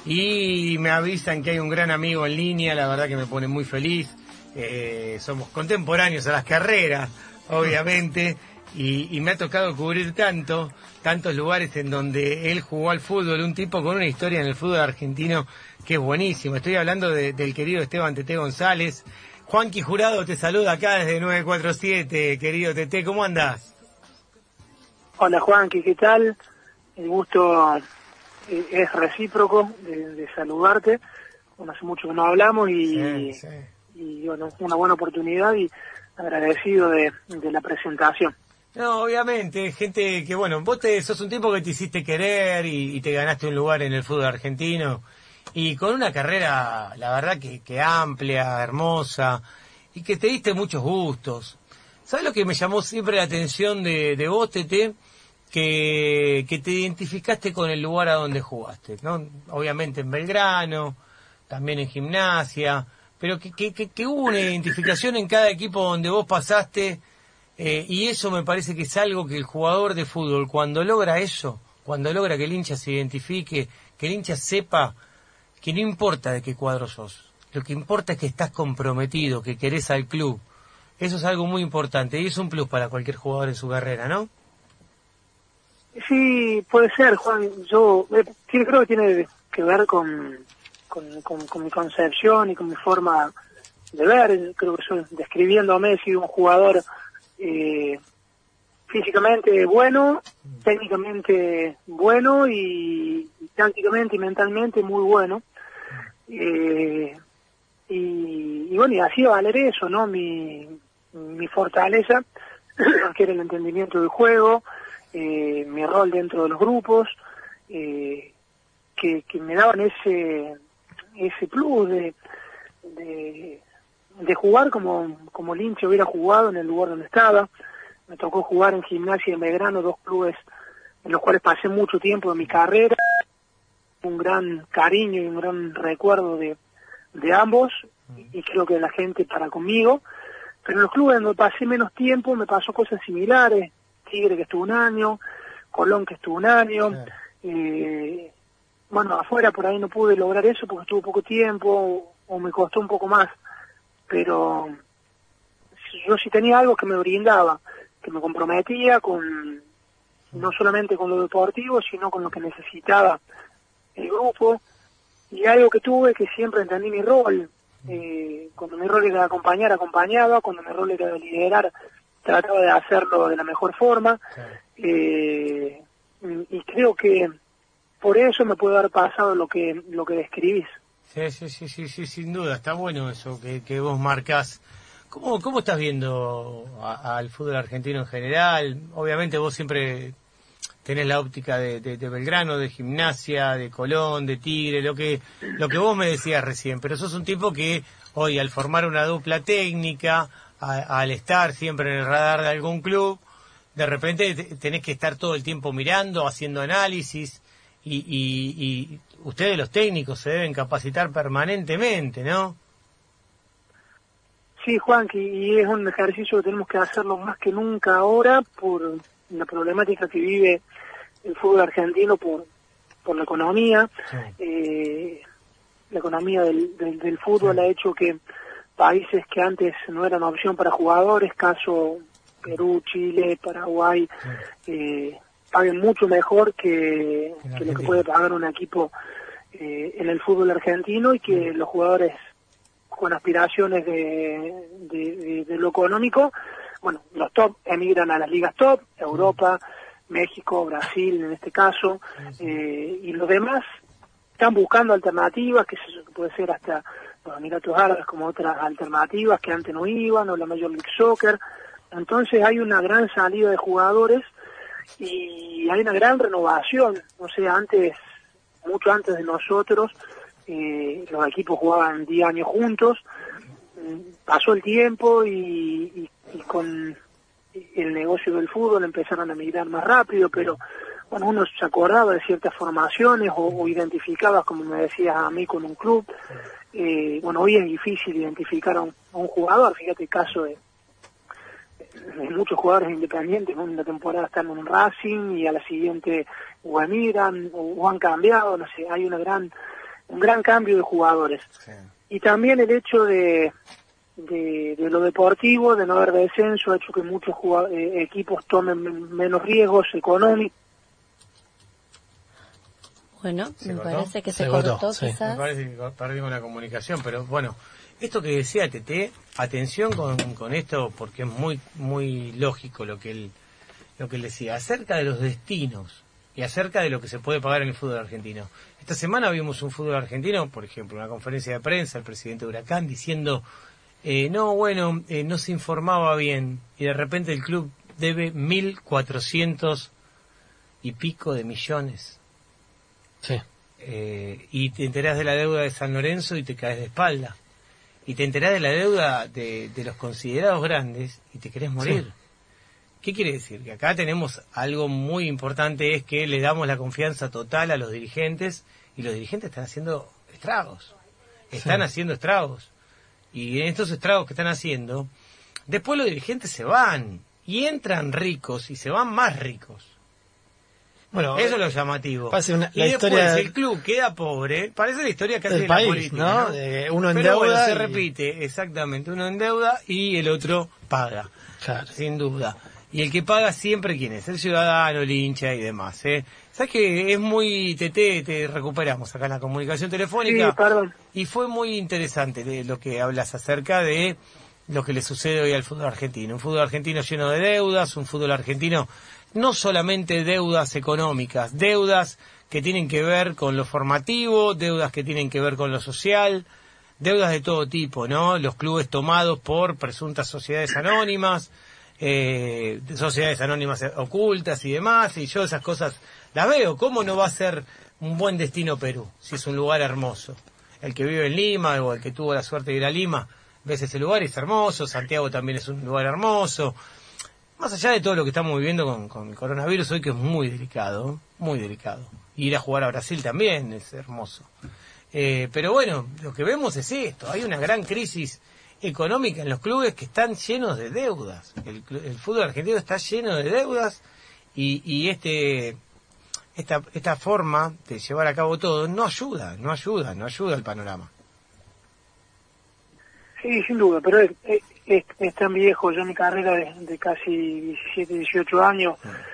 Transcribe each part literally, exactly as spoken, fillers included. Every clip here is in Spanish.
y me avisan que hay un gran amigo en línea, la verdad que me pone muy feliz. Eh, somos contemporáneos a las carreras, obviamente, y, y me ha tocado cubrir tanto, tantos lugares en donde él jugó al fútbol, un tipo con una historia en el fútbol argentino que es buenísimo. Estoy hablando de, del querido Esteban Tete González. Juanqui Jurado te saluda acá desde nueve cuatro siete, querido Tete, ¿cómo andás? Hola Juanqui, ¿qué tal? El gusto eh, es recíproco de, de saludarte. Bueno, hace mucho que no hablamos y, sí, sí. y bueno, una buena oportunidad y agradecido de, de la presentación. No, obviamente, gente que, bueno, vos te, sos un tipo que te hiciste querer y, y te ganaste un lugar en el fútbol argentino y con una carrera, la verdad que, que amplia, hermosa y que te diste muchos gustos. ¿Sabes lo que me llamó siempre la atención de, de vos, Tete? Que, que te identificaste con el lugar a donde jugaste, ¿no? Obviamente en Belgrano, también en Gimnasia, pero que, que, que, que hubo una identificación en cada equipo donde vos pasaste, eh, y eso me parece que es algo que el jugador de fútbol, cuando logra eso, cuando logra que el hincha se identifique, que el hincha sepa que no importa de qué cuadro sos, lo que importa es que estás comprometido, que querés al club. Eso es algo muy importante y es un plus para cualquier jugador en su carrera, ¿no? Sí, puede ser, Juan. Yo eh, creo que tiene que ver con, con, con, con mi concepción y con mi forma de ver. Creo que yo, describiéndome, he sido un jugador eh, físicamente bueno, técnicamente bueno y, y tácticamente y mentalmente muy bueno. Eh, y, y bueno, y hacía valer eso, ¿no? Mi, mi fortaleza, que era el entendimiento del juego, eh, mi rol dentro de los grupos, eh, que, que me daban ese ese plus de, de, de jugar como, como el hincha hubiera jugado en el lugar donde estaba. Me tocó jugar en Gimnasia y en Belgrano, dos clubes en los cuales pasé mucho tiempo de mi carrera, un gran cariño y un gran recuerdo de, de ambos, y creo que la gente para conmigo, pero en los clubes donde pasé menos tiempo me pasó cosas similares. Tigre, que estuvo un año, Colón, que estuvo un año, claro. eh, bueno, afuera por ahí no pude lograr eso porque estuvo poco tiempo o me costó un poco más, pero yo sí tenía algo que me brindaba, que me comprometía con no solamente con lo deportivo, sino con lo que necesitaba el grupo, y algo que tuve que siempre entendí mi rol. Eh, cuando mi rol era acompañar, acompañaba, cuando mi rol era liderar, trataba de hacerlo de la mejor forma, eh, y creo que por eso me puede haber pasado lo que lo que describís. Sí, sí, sí, sí, sí, sin duda, está bueno eso que, que vos marcás. ¿Cómo, cómo estás viendo a, al fútbol argentino en general? Obviamente vos siempre tenés la óptica de, de, de Belgrano, de Gimnasia, de Colón, de Tigre, lo que lo que vos me decías recién, pero sos un tipo que hoy al formar una dupla técnica, a, al estar siempre en el radar de algún club, de repente tenés que estar todo el tiempo mirando, haciendo análisis, y, y, y ustedes los técnicos se deben capacitar permanentemente, ¿no? Sí, Juan, y es un ejercicio que tenemos que hacerlo más que nunca ahora por la problemática que vive el fútbol argentino por por la economía. Sí. Eh, la economía del, del, del fútbol sí. ha hecho que países que antes no eran opción para jugadores, caso Perú, Chile, Paraguay, sí. eh, paguen mucho mejor que, que lo que puede pagar un equipo eh, en el fútbol argentino, y que sí. los jugadores con aspiraciones de, de, de, de lo económico, bueno, los top emigran a las ligas top, Europa, sí. México, Brasil en este caso, sí, sí. Eh, y los demás están buscando alternativas, que puede ser hasta los Emiratos Árabes como otras alternativas que antes no iban, o la Major League Soccer. Entonces hay una gran salida de jugadores y hay una gran renovación. O sea, antes, mucho antes de nosotros, eh, los equipos jugaban diez años juntos, pasó el tiempo y, y, y con el negocio del fútbol empezaron a migrar más rápido, pero bueno, uno se acordaba de ciertas formaciones o, o identificaba, como me decías a mí, con un club. Eh, bueno, hoy es difícil identificar a un, a un jugador. Fíjate el caso de, de muchos jugadores independientes, ¿no? En una temporada están en un Racing y a la siguiente o emigran o, o han cambiado, no sé, hay una gran un gran cambio de jugadores. Sí. Y también el hecho de, de, de lo deportivo, de no haber descenso, ha hecho que muchos eh, equipos tomen menos riesgos económicos. Bueno, ¿Se me cortó? parece que se, se cortó, cortó sí. quizás. Me parece que perdimos la comunicación, pero bueno, esto que decía Tete, atención con, con esto, porque es muy muy lógico lo que él, lo que él decía, acerca de los destinos y acerca de lo que se puede pagar en el fútbol argentino. Esta semana vimos un fútbol argentino, por ejemplo, una conferencia de prensa, el presidente de Huracán diciendo, eh, no, bueno, eh, no se informaba bien, y de repente el club debe mil cuatrocientos y pico de millones. Sí. Eh, y te enterás de la deuda de San Lorenzo y te caes de espalda. Y te enterás de la deuda de, de los considerados grandes y te querés morir. Sí. ¿Qué quiere decir? Que acá tenemos algo muy importante, es que le damos la confianza total a los dirigentes y los dirigentes están haciendo estragos. Están sí. haciendo estragos. Y en estos estragos que están haciendo, después los dirigentes se van y entran ricos y se van más ricos. Bueno, eso es lo llamativo. Una, y la después historia el club queda pobre, parece la historia casi del de país, la política, ¿no? ¿no? De uno en Pero deuda bueno, se y... repite, exactamente, uno en deuda y el otro paga, claro. sin duda. Y el que paga siempre, ¿quién es? El ciudadano, el hincha y demás, ¿eh? ¿Sabes que es muy... Te, te, te recuperamos acá en la comunicación telefónica? Sí, perdón. Y fue muy interesante de lo que hablas acerca de lo que le sucede hoy al fútbol argentino. Un fútbol argentino lleno de deudas, un fútbol argentino... no solamente deudas económicas, deudas que tienen que ver con lo formativo, deudas que tienen que ver con lo social, deudas de todo tipo, ¿no? Los clubes tomados por presuntas sociedades anónimas, eh, sociedades anónimas ocultas y demás, y yo esas cosas las veo. ¿Cómo no va a ser un buen destino Perú, si es un lugar hermoso? El que vive en Lima o el que tuvo la suerte de ir a Lima, ves ese lugar y es hermoso, Santiago también es un lugar hermoso. Más allá de todo lo que estamos viviendo con, con el coronavirus hoy, que es muy delicado, muy delicado. Ir a jugar a Brasil también es hermoso. Eh, pero bueno, lo que vemos es esto. Hay una gran crisis económica en los clubes que están llenos de deudas. El, el fútbol argentino está lleno de deudas y, y este esta, esta forma de llevar a cabo todo no ayuda, no ayuda, no ayuda al panorama. Sí, sin duda, pero es, es, es, es tan viejo ya mi carrera de, de casi diecisiete, dieciocho años.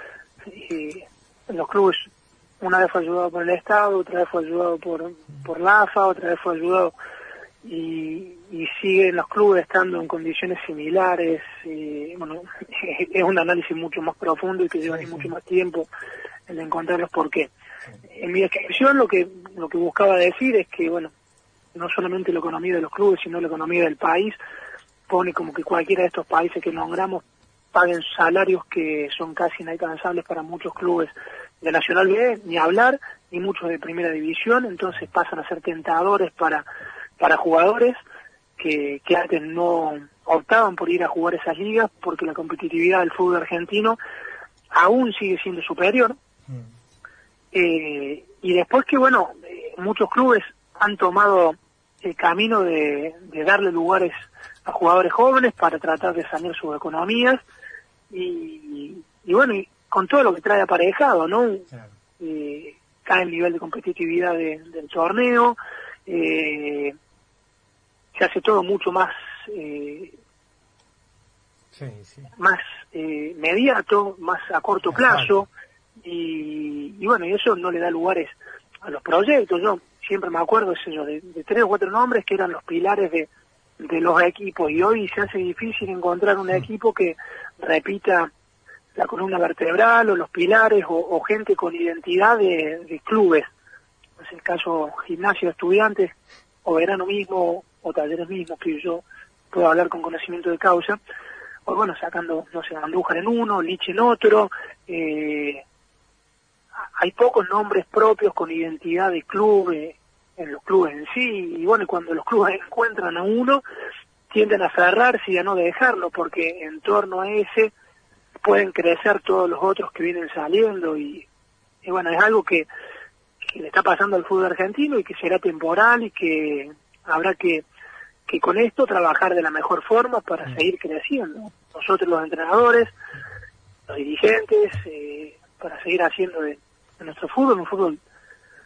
Y los clubes, una vez fue ayudado por el Estado, otra vez fue ayudado por, por la A F A, otra vez fue ayudado y, y siguen los clubes estando en condiciones similares. Y, bueno, es un análisis mucho más profundo y que lleva sí, sí. mucho más tiempo el encontrar los por qué. En mi descripción lo que lo que buscaba decir es que, bueno, no solamente la economía de los clubes, sino la economía del país, pone como que cualquiera de estos países que nombramos paguen salarios que son casi inalcanzables para muchos clubes de Nacional B, ni hablar, ni muchos de Primera División, entonces pasan a ser tentadores para para jugadores que, que antes no optaban por ir a jugar esas ligas, porque la competitividad del fútbol argentino aún sigue siendo superior. Mm. Eh, y después que, bueno, eh, muchos clubes han tomado el camino de, de darle lugares a jugadores jóvenes para tratar de sanear sus economías y, y bueno, y con todo lo que trae aparejado, ¿no? Claro. Eh, cae el nivel de competitividad de, del torneo, eh, se hace todo mucho más eh, sí, sí. más eh, inmediato, más a corto plazo y, y bueno, y eso no le da lugares a los proyectos. Yo siempre me acuerdo eso, de, de tres o cuatro nombres que eran los pilares de, de los equipos y hoy se hace difícil encontrar un equipo que repita la columna vertebral o los pilares o, o gente con identidad de, de clubes. Es el caso Gimnasia, Estudiantes o Verano mismo o Talleres mismos, que yo puedo hablar con conocimiento de causa, o bueno, sacando, no sé, Andújar en uno, Lich en otro. eh, hay pocos nombres propios con identidad de club eh, en los clubes en sí, y bueno, cuando los clubes encuentran a uno, tienden a aferrarse y a no dejarlo, porque en torno a ese pueden crecer todos los otros que vienen saliendo, y, y bueno, es algo que, que le está pasando al fútbol argentino y que será temporal y que habrá que, que con esto trabajar de la mejor forma para seguir creciendo. Nosotros los entrenadores, los dirigentes, eh, para seguir haciendo de, de nuestro fútbol un fútbol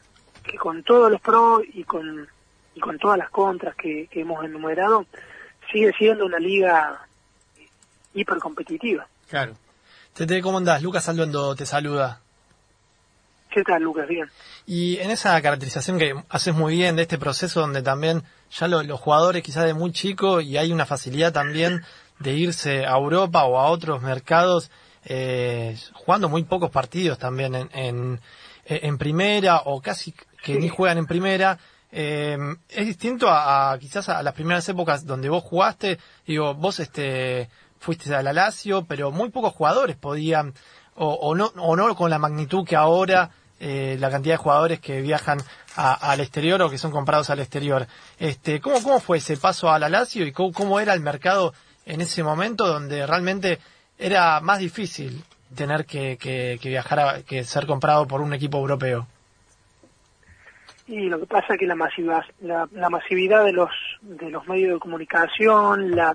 que con todos los pros y con y con todas las contras que, que hemos enumerado, sigue siendo una liga hipercompetitiva. Claro. Tete, ¿cómo andás? Lucas Alduendo te saluda. ¿Qué tal, Lucas? Bien. Y en esa caracterización que haces muy bien de este proceso donde también ya lo, los jugadores quizás de muy chico y hay una facilidad también de irse a Europa o a otros mercados eh, jugando muy pocos partidos también en, en, en primera o casi que sí. Ni juegan en primera. Eh, es distinto a, a quizás a las primeras épocas donde vos jugaste. Digo, vos este fuiste a la Lazio, pero muy pocos jugadores podían o, o no o no con la magnitud que ahora eh, la cantidad de jugadores que viajan a, al exterior o que son comprados al exterior. Este, ¿cómo cómo fue ese paso a la Lazio y cómo, cómo era el mercado en ese momento donde realmente era más difícil tener que, que, que viajar a, que ser comprado por un equipo europeo? Y lo que pasa es que la masividad, la, la masividad de los de los medios de comunicación, la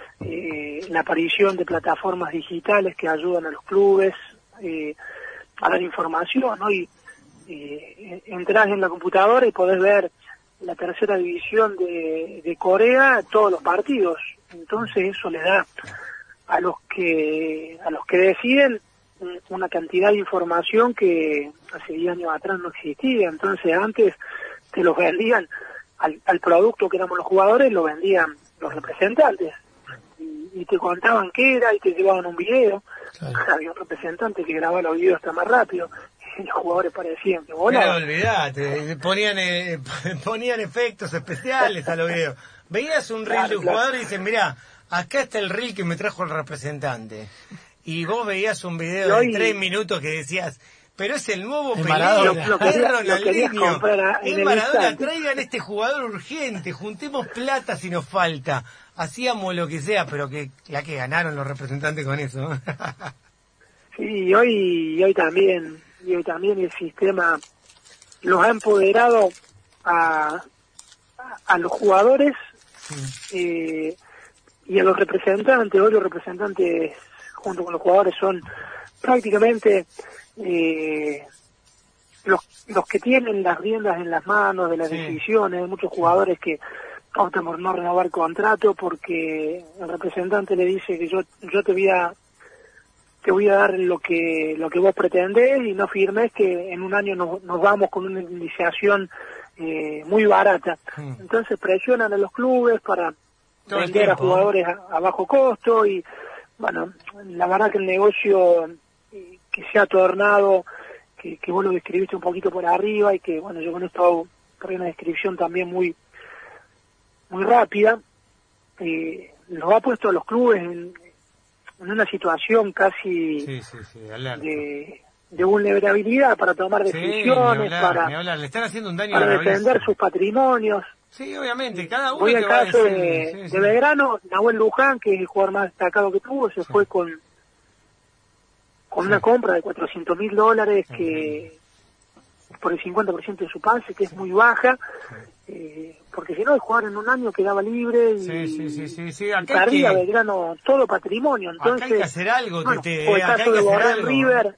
eh, la aparición de plataformas digitales que ayudan a los clubes eh, a dar información, ¿no? Y eh, entras en la computadora y podés ver la tercera división de, de Corea todos los partidos. Entonces eso le da a los que a los que deciden una cantidad de información que hace diez años atrás no existía. Entonces antes te los vendían al, al producto que éramos los jugadores, lo vendían los representantes y, y te contaban qué era y te llevaban un video. Claro. Había un representante que grababa los videos hasta más rápido y los jugadores parecían que volaban. No, olvidate, ponían eh, ponían efectos especiales a los videos. Veías un reel claro, de un claro. jugador y dices, mirá, acá está el reel que me trajo el representante. Y vos veías un video hoy, de tres minutos que decías, pero es el nuevo el Pelé, lo, es Ronaldinho, es Maradona, traigan este jugador urgente, juntemos plata si nos falta. Hacíamos lo que sea, pero que ya que ganaron los representantes con eso. Sí, y hoy, y hoy también, y hoy también el sistema los ha empoderado a, a los jugadores sí. eh, y a los representantes. Hoy los representantes junto con los jugadores son prácticamente eh, los los que tienen las riendas en las manos de las sí. decisiones. Hay muchos jugadores que optan por no renovar contrato porque el representante le dice que yo yo te voy a te voy a dar lo que lo que vos pretendés y no firmes que en un año nos, nos vamos con una indemnización eh, muy barata. Sí. Entonces presionan a los clubes para todo vender a jugadores a, a bajo costo y bueno, la verdad que el negocio eh, que se ha tornado, que, que vos lo describiste un poquito por arriba y que, bueno, yo con esto hago una descripción también muy muy rápida, eh, los ha puesto a los clubes en, en una situación casi sí, sí, sí, de, de vulnerabilidad para tomar decisiones, sí, hablar, para, le están haciendo un daño para a la defender cabeza. Sus patrimonios. Sí, obviamente, cada uno Voy al caso decir, de, sí, de sí. Belgrano, Nahuel Luján, que es el jugador más destacado que tuvo, se sí. fue con con sí. una compra de cuatrocientos mil dólares que sí. por el cincuenta por ciento de su pase, que es muy baja, sí. eh, porque si no el jugador en un año quedaba libre y, sí, sí, sí, sí, sí. y perdía que... Belgrano todo patrimonio. Entonces, acá hay que hacer algo, bueno, Tete, o el acá caso hay que de hacer Borrell algo. River.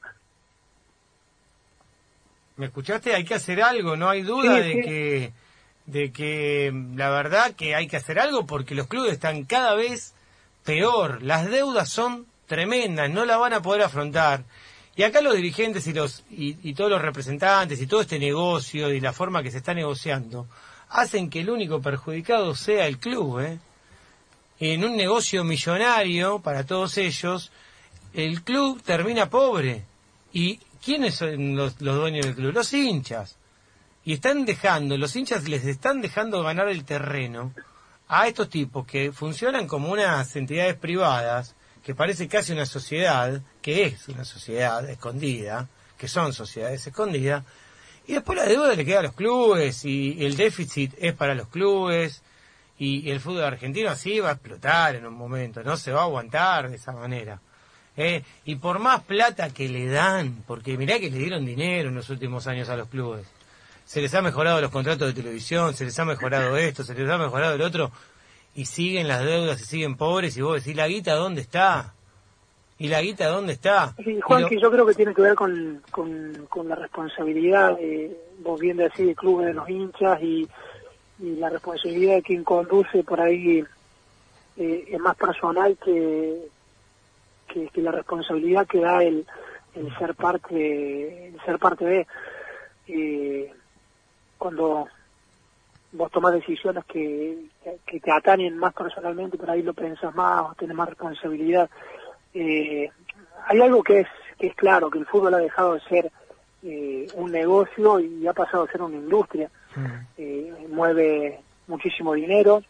¿Me escuchaste? Hay que hacer algo, no hay duda sí, de sí. que de que la verdad que hay que hacer algo porque los clubes están cada vez peor, las deudas son tremendas, no la van a poder afrontar. Y acá los dirigentes y los y, y todos los representantes y todo este negocio y la forma que se está negociando hacen que el único perjudicado sea el club, ¿eh? En un negocio millonario para todos ellos, el club termina pobre. ¿Y quiénes son los, los dueños del club? Los hinchas. Y están dejando, los hinchas les están dejando ganar el terreno a estos tipos que funcionan como unas entidades privadas, que parece casi una sociedad, que es una sociedad escondida, que son sociedades escondidas, y después la deuda le queda a los clubes, y el déficit es para los clubes, y el fútbol argentino así va a explotar en un momento, no se va a aguantar de esa manera. Eh, y por más plata que le dan, porque mirá que le dieron dinero en los últimos años a los clubes, se les ha mejorado los contratos de televisión, se les ha mejorado esto, se les ha mejorado el otro, y siguen las deudas y siguen pobres, y vos decís, ¿la guita dónde está? ¿Y la guita dónde está? Sí, Juanqui, lo... yo creo que tiene que ver con, con, con la responsabilidad, de, vos bien decís, del club de los hinchas y, y la responsabilidad de quien conduce por ahí eh, es más personal que, que, que la responsabilidad que da el, el ser parte el ser parte de eh, cuando vos tomás decisiones que, que te atañen más personalmente, por ahí lo pensás más, tenés más responsabilidad. Eh, hay algo que es que es claro, que el fútbol ha dejado de ser eh, un negocio y ha pasado a ser una industria. Mm. Eh, mueve muchísimo dinero,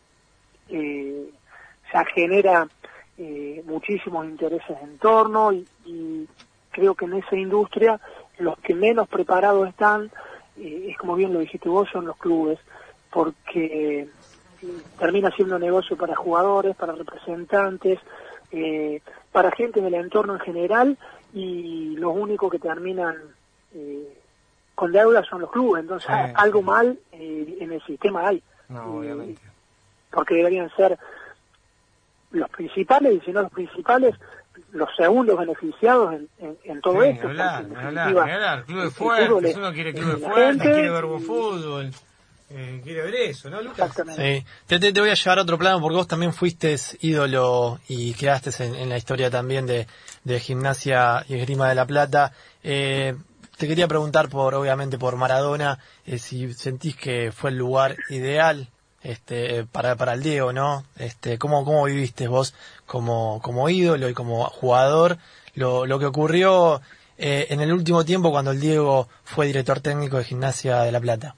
eh, se genera eh, muchísimos intereses en torno y, y creo que en esa industria los que menos preparados están, eh, es como bien lo dijiste vos, son los clubes, porque eh, termina siendo un negocio para jugadores, para representantes, eh, para gente en el entorno en general, y los únicos que terminan eh, con deuda son los clubes. Entonces sí, algo sí. mal eh, en el sistema hay. No, obviamente. Eh, porque deberían ser los principales, y si no los principales, los segundos beneficiados en, en, en todo sí, esto. Hablar, hablar, hablar. Clubes fuertes, uno quiere clubes fuertes, quiere ver buen fútbol. Eh, quiere ver eso, ¿no, Lucas? Sí. Te, te, te voy a llevar a otro plano porque vos también fuiste ídolo y quedaste en, en la historia también de, de Gimnasia y Esgrima de la Plata. Eh, te quería preguntar por, obviamente, por Maradona, eh, si sentís que fue el lugar ideal este para para el Diego, ¿no? Este, ¿cómo cómo viviste vos como como ídolo y como jugador lo lo que ocurrió eh, en el último tiempo cuando el Diego fue director técnico de Gimnasia de la Plata?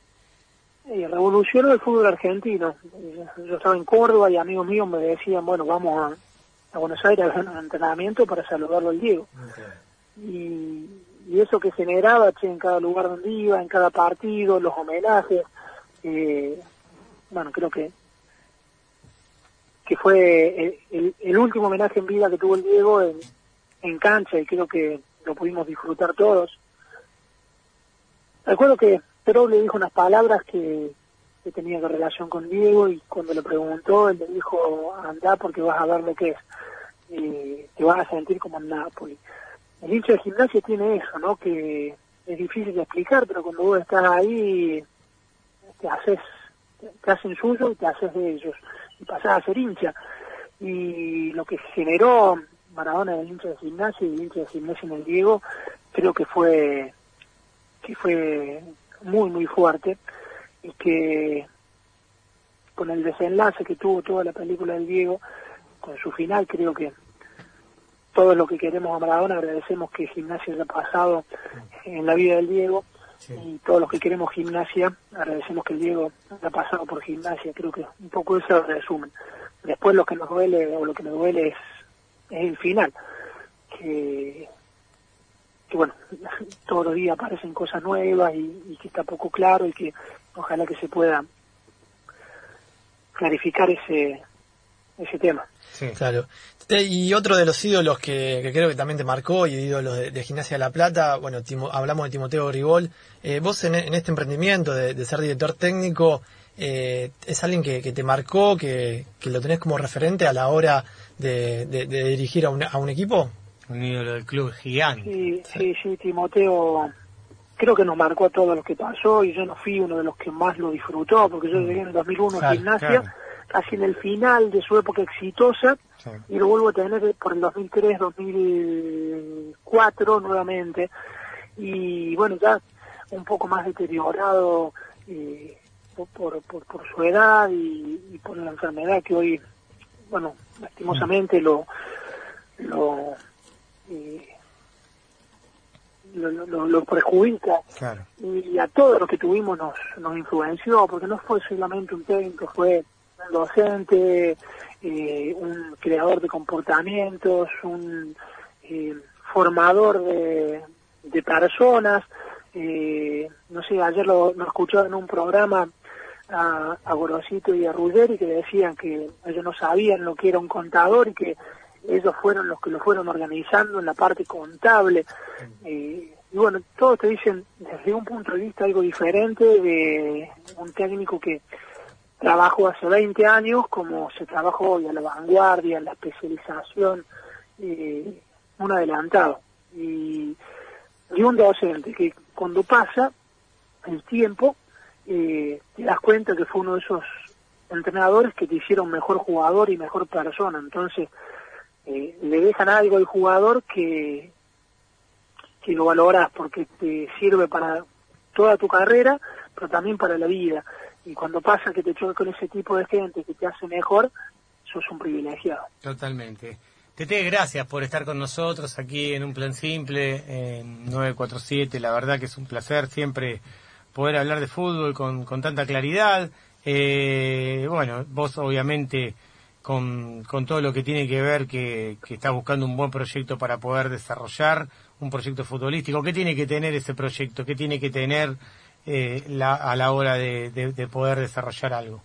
Y revolucionó el fútbol argentino. Yo estaba en Córdoba y amigos míos me decían, bueno, vamos a, a Buenos Aires a hacer un entrenamiento para saludarlo al Diego. Okay. Y, y eso que generaba, che, en cada lugar donde iba, en cada partido, los homenajes, eh, bueno, creo que que fue el, el, el último homenaje en vida que tuvo el Diego en, en cancha, y creo que lo pudimos disfrutar todos. Recuerdo que Pero le dijo unas palabras que, que tenían relación con Diego, y cuando le preguntó, él le dijo, andá porque vas a ver lo que es, y te vas a sentir como en Nápoles. El hincha de Gimnasia tiene eso, ¿no? Que es difícil de explicar, pero cuando vos estás ahí, te haces, te hacen suyo y te haces de ellos, y pasás a ser hincha. Y lo que generó Maradona en el hincha de Gimnasia y el hincha de Gimnasia en el Diego, creo que fue, que fue muy muy fuerte, y que con el desenlace que tuvo toda la película del Diego, con su final, creo que todo lo que queremos a Maradona, agradecemos que Gimnasia haya pasado en la vida del Diego, sí. Y todos los que queremos Gimnasia, agradecemos que el Diego haya pasado por Gimnasia. Creo que un poco eso es el resumen. Después lo que nos duele, o lo que me duele es, es el final, que que bueno, todos los días aparecen cosas nuevas y, y que está poco claro, y que ojalá que se pueda clarificar ese ese tema. Sí, claro. Y otro de los ídolos que, que creo que también te marcó, y ídolos de, de Gimnasia de la Plata, bueno, Timo, hablamos de Timoteo Gribol. Eh, vos en, en este emprendimiento de, de ser director técnico, eh, ¿es alguien que, que te marcó, que, que lo tenés como referente a la hora de, de, de dirigir a un, a un equipo? Un ídolo del club gigante. Sí, sí, sí, Timoteo creo que nos marcó a todos los que pasó, y yo no fui uno de los que más lo disfrutó, porque yo llegué en el dos mil uno a claro, Gimnasia, claro. casi en el final de su época exitosa, sí. Y lo vuelvo a tener por el dos mil tres, dos mil cuatro nuevamente, y bueno, ya un poco más deteriorado eh, por, por, por su edad y, y por la enfermedad que hoy, bueno, lastimosamente lo... lo Eh, lo, lo, lo prejudica, claro. Y a todos los que tuvimos nos, nos influenció, porque no fue solamente un técnico, fue un docente, eh, un creador de comportamientos, un eh, formador de, de personas. Eh, no sé, ayer lo, lo escuchaba en un programa a, a Gorosito y a Ruggeri, que decían que ellos no sabían lo que era un contador, y que ellos fueron los que lo fueron organizando en la parte contable. Eh, y bueno, todos te dicen desde un punto de vista algo diferente de un técnico que trabajó hace veinte años, como se trabajó hoy, a la vanguardia, en la especialización, eh, un adelantado y, y un docente que cuando pasa el tiempo eh, te das cuenta que fue uno de esos entrenadores que te hicieron mejor jugador y mejor persona. Entonces eh, le dejan algo al jugador que que lo valorás porque te sirve para toda tu carrera, pero también para la vida. Y cuando pasa que te choca con ese tipo de gente que te hace mejor, sos un privilegiado. Totalmente. Tete, gracias por estar con nosotros aquí en Un Plan Simple, en nueve cuatro siete. La verdad que es un placer siempre poder hablar de fútbol con, con tanta claridad. Eh, bueno, vos obviamente con, con todo lo que tiene que ver que, que estás buscando un buen proyecto para poder desarrollar un proyecto futbolístico. ¿Qué tiene que tener ese proyecto? ¿Qué tiene que tener eh, la, a la hora de, de, de poder desarrollar algo?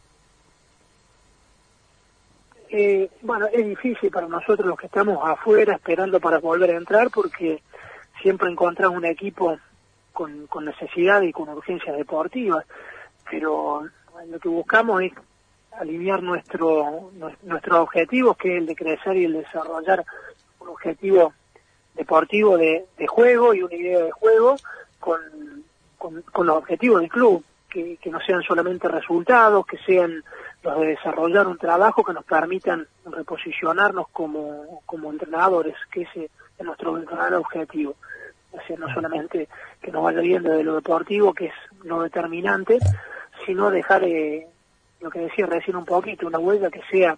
Eh, bueno, es difícil para nosotros los que estamos afuera esperando para volver a entrar porque siempre encontrás un equipo con, con necesidad y con urgencias deportivas, pero lo que buscamos es alinear nuestro nuestros objetivos, que es el de crecer y el de desarrollar un objetivo deportivo de, de juego y una idea de juego con, con, con los objetivos del club, que, que no sean solamente resultados, que sean los de desarrollar un trabajo que nos permitan reposicionarnos como, como entrenadores, que ese es nuestro gran objetivo. O sea, no solamente que nos vaya bien de lo deportivo, que es lo determinante, sino dejar, eh, lo que decía recién un poquito, una huella que sea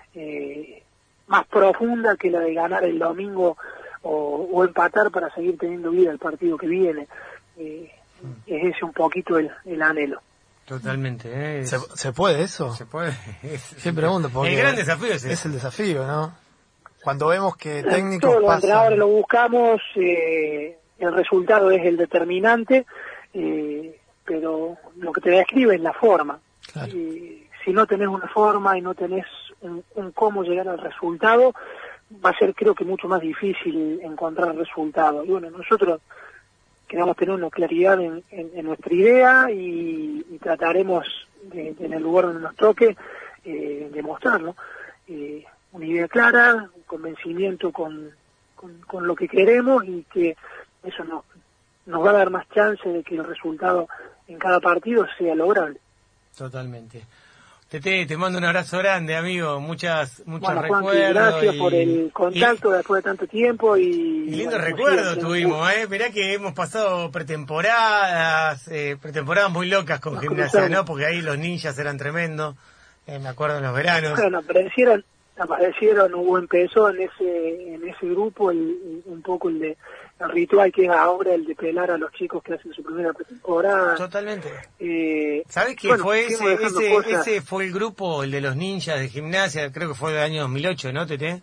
eh, más profunda que la de ganar el domingo o, o empatar para seguir teniendo vida el partido que viene. Eh, es ese un poquito el, el anhelo. Totalmente. ¿eh? ¿Se, ¿Se puede eso? Se puede. Es, Qué pregunta, porque el gran desafío es, es el desafío, ¿no? Cuando vemos que técnicos Todos los pasan... entrenadores lo buscamos, eh, el resultado es el determinante, eh, pero lo que te describe es la forma. Claro. Eh, si no tenés una forma y no tenés un, un cómo llegar al resultado, va a ser creo que mucho más difícil encontrar resultados. Y bueno, nosotros queremos tener una claridad en, en, en nuestra idea y, y trataremos de, de en el lugar donde nos toque eh, demostrarlo. Eh, una idea clara, un convencimiento con, con, con lo que queremos y que eso nos, nos va a dar más chance de que el resultado en cada partido sea lograble. Totalmente. Tete, te mando un abrazo grande, amigo. Muchas, muchos bueno, recuerdos. Juanqui, gracias y, por el contacto y, después de tanto tiempo. Y, y lindo bueno, recuerdo siempre, tuvimos, ¿eh? Mirá que hemos pasado pretemporadas, eh, pretemporadas muy locas con Nos Gimnasia, cruzamos. ¿no? Porque ahí los ninjas eran tremendos. Eh, me acuerdo en los veranos. Bueno, aparecieron, aparecieron, hubo empezó en ese, en ese grupo el, un poco el de el ritual que es ahora el de pelar a los chicos que hacen su primera pretemporada. Totalmente. Eh, ¿Sabés qué bueno, fue fuimos ese, dejando ese, cosas. ese fue el grupo, el de los ninjas de Gimnasia, creo que fue del año dos mil ocho, ¿no, Tete?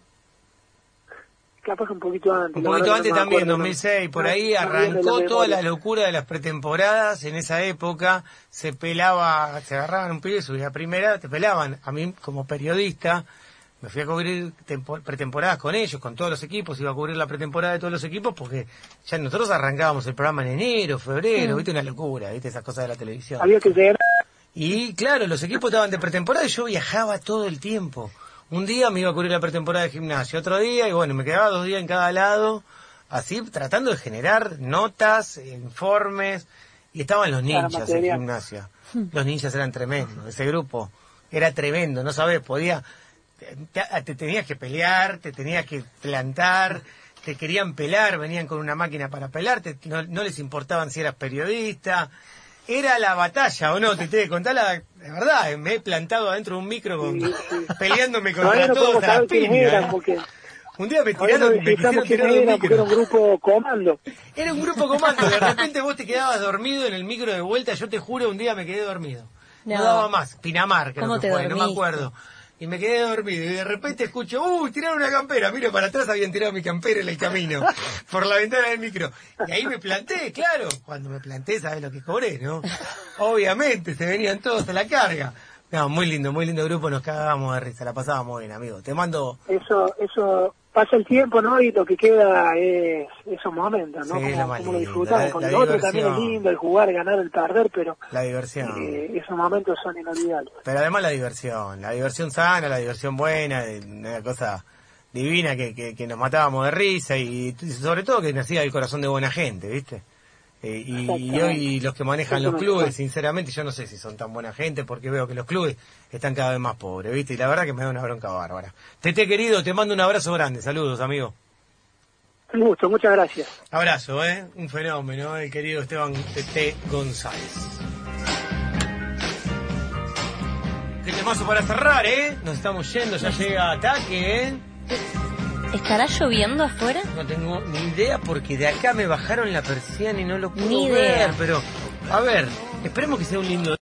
Capaz un poquito antes. Un la poquito verdad antes no me también, acuerdo, dos mil seis, no, por ahí no, no viene arrancó la toda memoria. la locura de las pretemporadas. En esa época se pelaba, se agarraban un pibe, subía a primera, te pelaban. A mí, como periodista, me fui a cubrir tempo- pretemporadas con ellos, con todos los equipos, iba a cubrir la pretemporada de todos los equipos, porque ya nosotros arrancábamos el programa en enero, febrero, Mm. viste, una locura, viste, esas cosas de la televisión. Había que llegar. Y claro, los equipos estaban de pretemporada y yo viajaba todo el tiempo. Un día me iba a cubrir la pretemporada de Gimnasia, otro día, y bueno, me quedaba dos días en cada lado, así tratando de generar notas, informes, y estaban los Claro, ninjas en material. Gimnasia. Los ninjas eran tremendos, ese grupo era tremendo, no sabes, podía, te, te tenías que pelear, te tenías que plantar, te querían pelar, venían con una máquina para pelarte, no, no les importaban si eras periodista. Era la batalla, ¿o no? Te te contala, de verdad, me he plantado adentro de un micro con, Sí, sí. peleándome Todavía contra no todos podemos a las saber quiénes piñas. eran, ¿eh? porque Un día me todavía no tiraron, me necesitamos quisieron quiénes tirar de un eran, porque era un micro. grupo comando. Era un grupo comando, de repente vos te quedabas dormido en el micro de vuelta, yo te juro, un día me quedé dormido. No, No. daba más, Pinamar creo ¿Cómo que te fue, no me dormiste? acuerdo. Y me quedé dormido y de repente escucho, uy, tiraron una campera, miro para atrás, habían tirado mi campera en el camino, por la ventana del micro. Y ahí me planté, claro, cuando me planté, ¿sabes lo que cobré, no? Obviamente, se venían todos a la carga. No, muy lindo, muy lindo grupo, nos cagábamos de risa, la pasábamos bien, amigo. Te mando... Eso, eso pasa el tiempo, ¿no? Y lo que queda es esos momentos, ¿no? Sí, como, lo más como lo lindo, disfrutamos. la- Con la el otro también es diversión. lindo, el jugar, ganar, el perder, pero La diversión. eh, esos momentos son inolvidables. Pero además la diversión, la diversión sana, la diversión buena, de- una cosa divina que, que, que nos matábamos de risa y sobre todo que nacía del corazón de buena gente, ¿viste? Eh, y, y hoy los que manejan los clubes, sinceramente, yo no sé si son tan buena gente porque veo que los clubes están cada vez más pobres, ¿viste? Y la verdad que me da una bronca bárbara. Tete querido, te mando un abrazo grande, saludos, amigo. Un gusto, muchas gracias. Abrazo, ¿eh? Un fenómeno, el querido Esteban Tete González. Qué temazo para cerrar, ¿eh? Nos estamos yendo, ya llega Ataque, ¿eh? ¿Estará lloviendo afuera? No tengo ni idea porque de acá me bajaron la persiana y no lo puedo Ni ver, idea. pero a ver, esperemos que sea un lindo